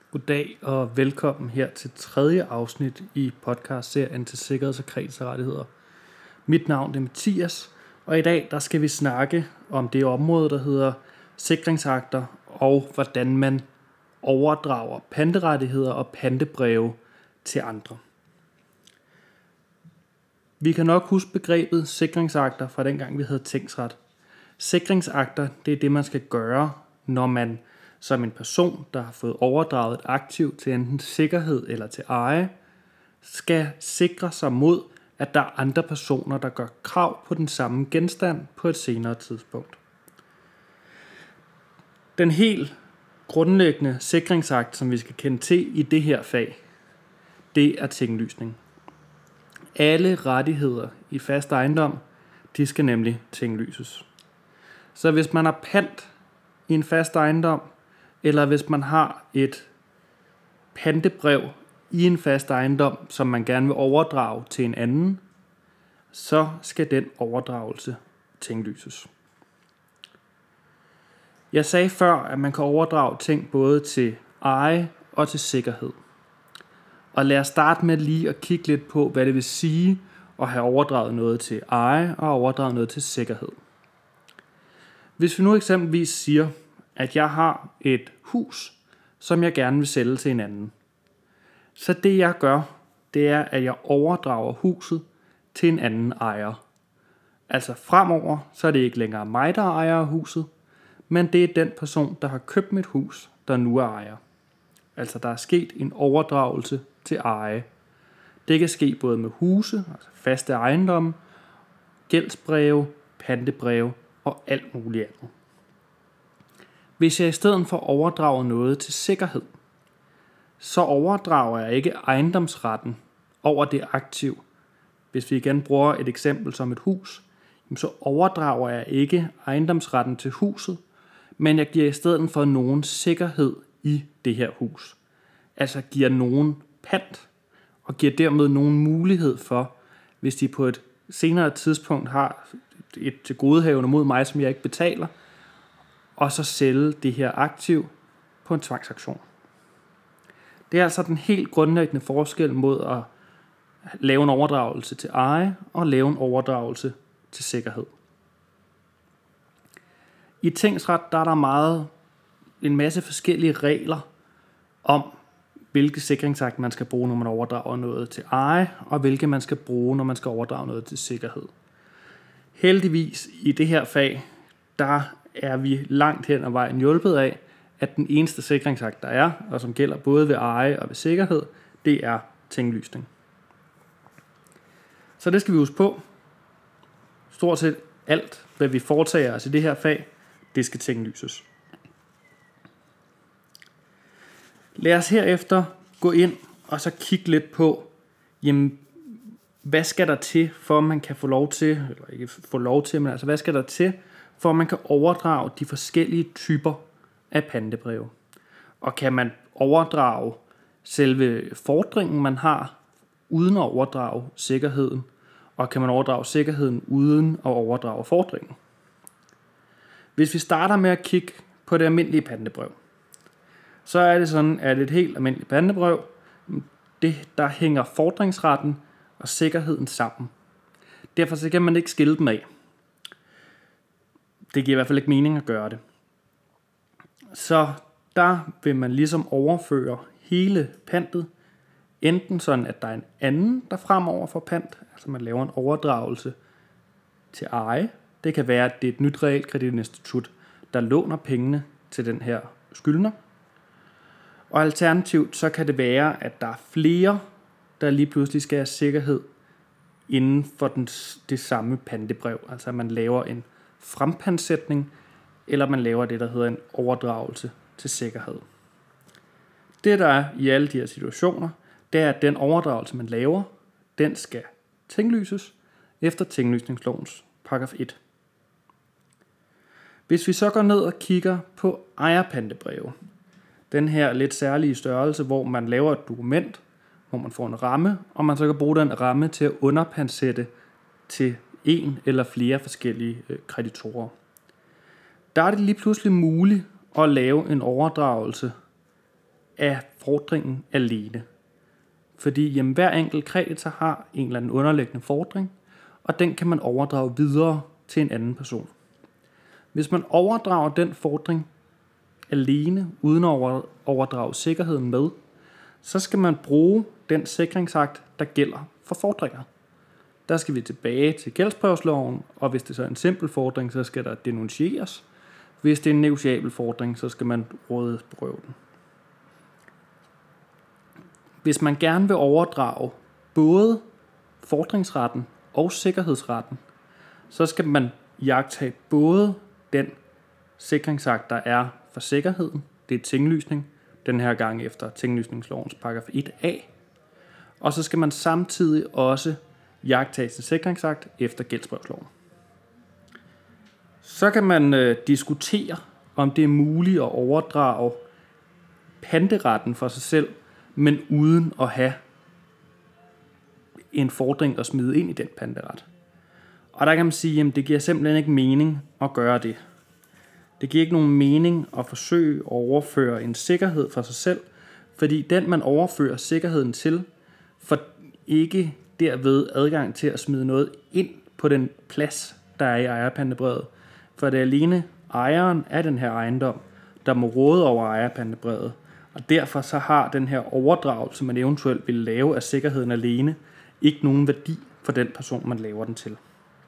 Goddag og velkommen her til tredje afsnit i podcastserien til sikkerheds- og kreditrettigheder. Mit navn er Mathias, og i dag der skal vi snakke om det område, der hedder sikringsakter og hvordan man overdrager panterettigheder og pantebreve til andre. Vi kan nok huske begrebet sikringsakter fra dengang vi havde tingsret. Sikringsakter, det er det man skal gøre, når man som en person, der har fået overdraget et aktiv til enten sikkerhed eller til eje, skal sikre sig mod, at der er andre personer, der gør krav på den samme genstand på et senere tidspunkt. Den helt grundlæggende sikringsakt, som vi skal kende til i det her fag, det er tinglysning. Alle rettigheder i fast ejendom, de skal nemlig tinglyses. Så hvis man har pant i en fast ejendom, eller hvis man har et pantebrev i en fast ejendom, som man gerne vil overdrage til en anden, så skal den overdragelse tinglyses. Jeg sagde før, at man kan overdrage ting både til eje og til sikkerhed. Og lad os starte med lige at kigge lidt på, hvad det vil sige at have overdraget noget til eje og overdraget noget til sikkerhed. Hvis vi nu eksempelvis siger, at jeg har et hus, som jeg gerne vil sælge til en anden. Så det jeg gør, det er, at jeg overdrager huset til en anden ejer. Altså fremover, så er det ikke længere mig, der ejer huset, men det er den person, der har købt mit hus, der nu er ejer. Altså der er sket en overdragelse til eje. Det kan ske både med huse, altså faste ejendomme, gældsbreve, pantebreve og alt muligt andet. Hvis jeg i stedet for overdrager noget til sikkerhed, så overdrager jeg ikke ejendomsretten over det aktiv. Hvis vi igen bruger et eksempel som et hus, så overdrager jeg ikke ejendomsretten til huset, men jeg giver i stedet for nogen sikkerhed i det her hus. Altså giver nogen pant, og giver dermed nogen mulighed for, hvis de på et senere tidspunkt har et tilgodehavende mod mig, som jeg ikke betaler, og så sælge det her aktiv på en tvangsauktion. Det er altså den helt grundlæggende forskel mod at lave en overdragelse til eje og lave en overdragelse til sikkerhed. I tingsret der er der en masse forskellige regler om, hvilke sikringsakt man skal bruge, når man overdrager noget til eje, og hvilke man skal bruge, når man skal overdrage noget til sikkerhed. Heldigvis i det her fag, der er vi langt hen ad vejen hjulpet af, at den eneste sikringsakt, der er, og som gælder både ved eje og ved sikkerhed, det er tinglysning. Så det skal vi huske på. Stort set alt, hvad vi foretager os i det her fag, det skal tinglyses. Lad os herefter gå ind og så kigge lidt på, jamen, hvad skal der til, for at man kan få lov til, eller ikke få lov til, men altså hvad skal der til, for at man kan overdrage de forskellige typer af pantebreve. Og kan man overdrage selve fordringen, man har, uden at overdrage sikkerheden, og kan man overdrage sikkerheden uden at overdrage fordringen. Hvis vi starter med at kigge på det almindelige pantebrev, så er det sådan, at et helt almindeligt pantebrev, der hænger fordringsretten og sikkerheden sammen. Derfor så kan man ikke skille dem af. Det giver i hvert fald ikke mening at gøre det. Så der vil man ligesom overføre hele pantet, enten sådan, at der er en anden, der fremover får pant, altså man laver en overdragelse til eje. Det kan være, at det er et nyt realkreditinstitut, der låner pengene til den her skyldner. Og alternativt, så kan det være, at der er flere, der lige pludselig skal have sikkerhed inden for det samme pantebrev. Altså at man laver en frempantsætning, eller man laver det, der hedder en overdragelse til sikkerhed. Det, der er i alle de her situationer, det er, at den overdragelse, man laver, den skal tinglyses efter tinglysningslovens paragraf 1. Hvis vi så går ned og kigger på ejerpantebreve, den her lidt særlige størrelse, hvor man laver et dokument, hvor man får en ramme, og man så kan bruge den ramme til at underpantsætte til en eller flere forskellige kreditorer. Der er det lige pludselig muligt at lave en overdragelse af fordringen alene. Fordi hver enkelt kreditor har en eller anden underliggende fordring, og den kan man overdrage videre til en anden person. Hvis man overdrager den fordring alene, uden at overdrage sikkerheden med, så skal man bruge den sikringsakt, der gælder for fordringer. Der skal vi tilbage til gældsprøvsloven, og hvis det så er en simpel fordring, så skal der denuncieres. Hvis det er en negociabel fordring, så skal man rådighedsberøve den. Hvis man gerne vil overdrage både fordringsretten og sikkerhedsretten, så skal man iagttage både den sikringsakt, der er for sikkerheden, det er tinglysning, den her gang efter tinglysningslovens paragraf 1a, og så skal man samtidig også iagttage sin sikringsakt efter gældsbrevsloven. Så kan man diskutere, om det er muligt at overdrage panteretten for sig selv, men uden at have en fordring at smide ind i den panteret. Og der kan man sige, at det giver simpelthen ikke mening at gøre det. Det giver ikke nogen mening at forsøge at overføre en sikkerhed for sig selv, fordi den, man overfører sikkerheden til, får ikke derved adgang til at smide noget ind på den plads, der er i ejerpantebrevet. For det er alene ejeren af den her ejendom, der må råde over ejerpantebrevet. Og derfor så har den her overdragelse, man eventuelt vil lave af sikkerheden alene, ikke nogen værdi for den person, man laver den til.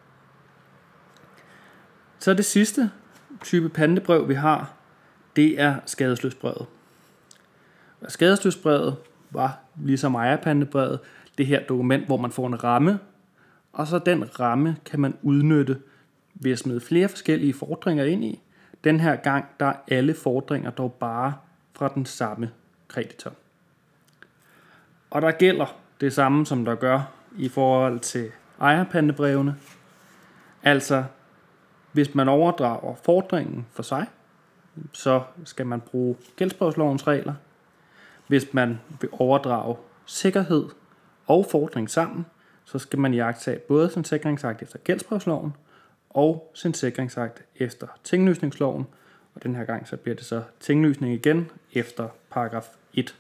Så det sidste type pantebrev, vi har, det er skadesløsbrevet. Og skadesløsbrevet var ligesom ejerpantebrevet det her dokument, hvor man får en ramme, og så den ramme kan man udnytte ved at smide flere forskellige fordringer ind i. Den her gang, der er alle fordringer dog bare fra den samme kreditor. Og der gælder det samme, som der gør i forhold til ejerpantebrevene. Altså, hvis man overdrager fordringen for sig, så skal man bruge gældsbrevslovens regler. Hvis man vil overdrage sikkerhed og fordring sammen, så skal man iagttage både sin sikringsakt efter gældsbrevsloven og sin sikringsakt efter tinglysningsloven. Og den her gang så bliver det så tinglysning igen efter paragraf 1.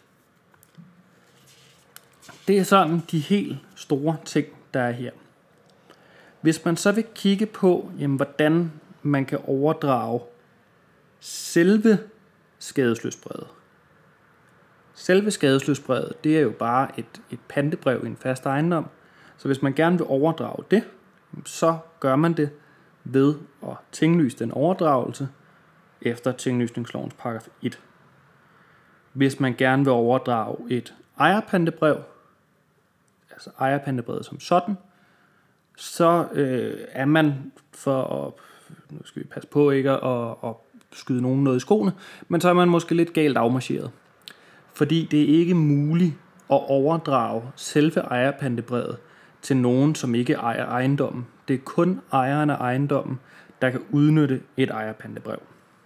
Det er sådan de helt store ting, der er her. Hvis man så vil kigge på, hvordan man kan overdrage selve skadesløsbrevet. Selve skadesløsbrevet, det er jo bare et pantebrev i en fast ejendom. Så hvis man gerne vil overdrage det, så gør man det ved at tinglyse den overdragelse efter tinglysningslovens paragraf 1. Hvis man gerne vil overdrage et ejerpantebrev, altså ejerpantebrevet som sådan, så er man for at, nu skal vi passe på ikke at skyde nogen noget i skoene, men så er man måske lidt galt afmarcheret. Fordi det er ikke muligt at overdrage selve ejerpantebrevet til nogen, som ikke ejer ejendommen. Det er kun ejeren af ejendommen, der kan udnytte et ejerpantebrev.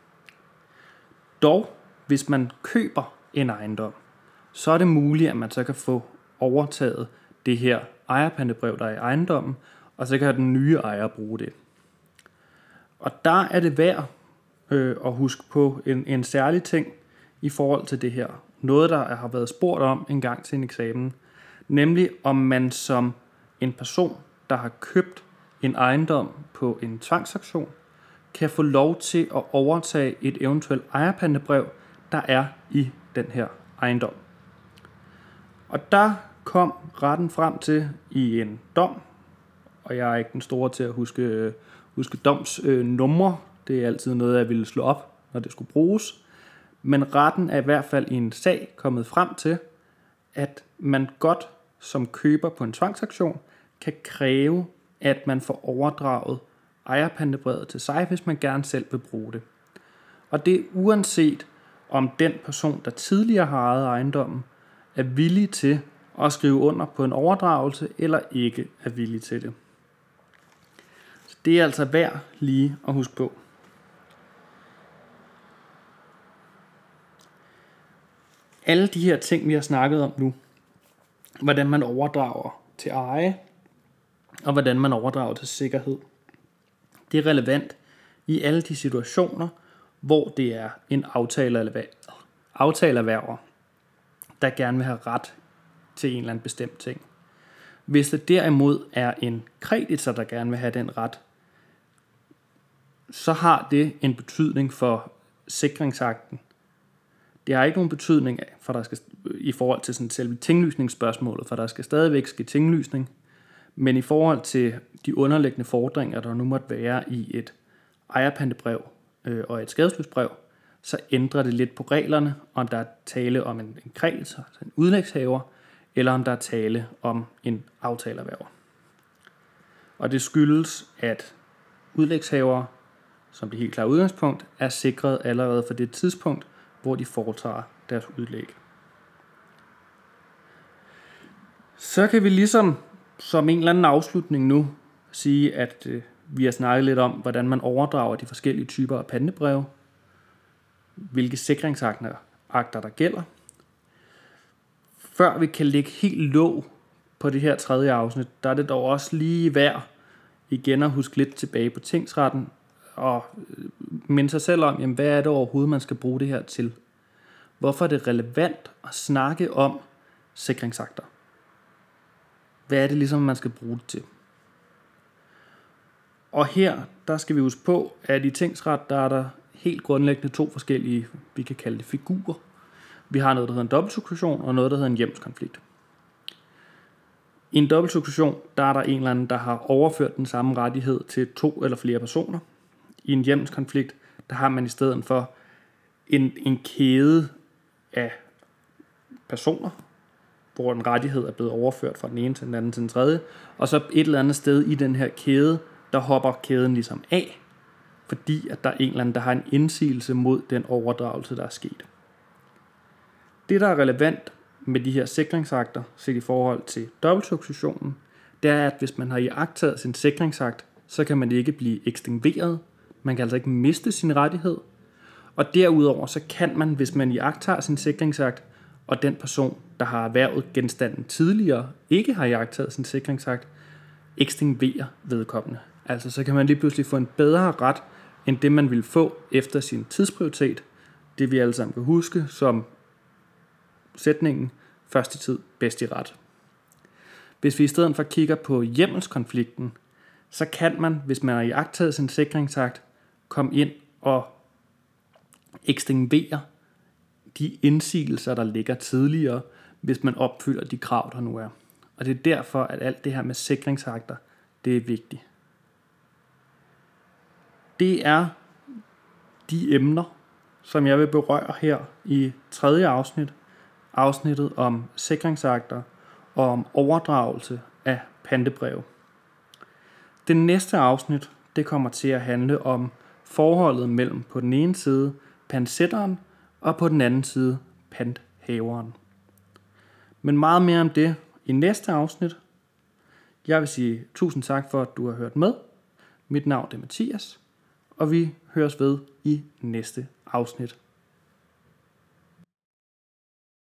Dog, hvis man køber en ejendom, så er det muligt, at man så kan få overtaget det her ejerpantebrev, der er i ejendommen, og så kan den nye ejer bruge det. Og der er det værd at huske på en særlig ting i forhold til det her. Noget, der har været spurgt om en gang til en eksamen, nemlig om man som en person, der har købt en ejendom på en tvangsauktion, kan få lov til at overtage et eventuelt ejerpantebrev, der er i den her ejendom. Og der kom retten frem til i en dom, og jeg er ikke den store til at huske domsnumre. Det er altid noget, jeg ville slå op, når det skulle bruges. Men retten er i hvert fald i en sag kommet frem til, at man godt som køber på en tvangsauktion kan kræve, at man får overdraget ejerpantebrevet til sig, hvis man gerne selv vil bruge det. Og det er uanset om den person, der tidligere har ejet ejendommen, er villig til at skrive under på en overdragelse, eller ikke er villig til det. Så det er altså værd lige at huske på. Alle de her ting, vi har snakket om nu, hvordan man overdrager til eje, og hvordan man overdrager til sikkerhed, det er relevant i alle de situationer, hvor det er en aftaleerhverver. der gerne vil have ret til en eller anden bestemt ting. Hvis det derimod er en kreditor, der gerne vil have den ret, så har det en betydning for sikringsakten. Det har ikke nogen betydning for der skal, i forhold til sådan selve tinglysningsspørgsmålet, for der skal stadigvæk ske tinglysning. Men i forhold til de underliggende fordringer, der nu måtte være i et ejerpantebrev og et skadesløsbrev, så ændrer det lidt på reglerne, om der er tale om en kreditor, altså en udlægshaver, eller om der er tale om en aftalerhverver. Og det skyldes, at udlægshavere, som det helt klare udgangspunkt, er sikret allerede fra det tidspunkt, hvor de foretager deres udlæg. Så kan vi ligesom som en eller anden afslutning nu sige, at vi har snakket lidt om, hvordan man overdrager de forskellige typer af pantebreve, hvilke sikringsakter der gælder. Før vi kan lægge helt låg på det her tredje afsnit, der er det dog også lige værd igen at huske lidt tilbage på tingsretten og minde sig selv om, jamen, hvad er det overhovedet, man skal bruge det her til? Hvorfor er det relevant at snakke om sikringsakter? Hvad er det ligesom, man skal bruge det til? Og her, der skal vi huske på, at i tingsret, der er der helt grundlæggende to forskellige, vi kan kalde det figurer. Vi har noget, der hedder en dobbeltsuccession, og noget, der hedder en hjemmelskonflikt. I en dobbeltsuccession, der er der en eller anden, der har overført den samme rettighed til 2 eller flere personer. I en hjemmelskonflikt, der har man i stedet for en kæde af personer, hvor en rettighed er blevet overført fra den ene til den anden til den tredje, og så et eller andet sted i den her kæde, der hopper kæden ligesom af, fordi at der er en eller anden, der har en indsigelse mod den overdragelse, der er sket. Det, der er relevant med de her sikringsakter, set i forhold til dobbeltsuccessionen, det er, at hvis man har iagttaget sin sikringsakt, så kan man ikke blive ekstingueret. Man kan altså ikke miste sin rettighed. Og derudover, så kan man, hvis man iagttager sin sikringsakt, og den person, der har erhvervet genstanden tidligere, ikke har iagttaget sin sikringsakt, ekstinguere vedkommende. Altså så kan man lige pludselig få en bedre ret, end det man ville få efter sin tidsprioritet. Det vi alle sammen kan huske som sætningen, først i tid, bedst i ret. Hvis vi i stedet for kigger på hjemmelskonflikten, så kan man, hvis man har iagttaget sin sikringsakt, komme ind og ekstinguere de indsigelser, der ligger tidligere, hvis man opfylder de krav, der nu er. Og det er derfor, at alt det her med sikringsakter, det er vigtigt. Det er de emner, som jeg vil berøre her i tredje afsnit, afsnittet om sikringsakter og om overdragelse af pantebreve. Det næste afsnit, det kommer til at handle om forholdet mellem på den ene side pantsætteren og på den anden side panthaveren. Men meget mere om det i næste afsnit. Jeg vil sige tusind tak for, at du har hørt med. Mit navn er Mathias, og vi høres ved i næste afsnit.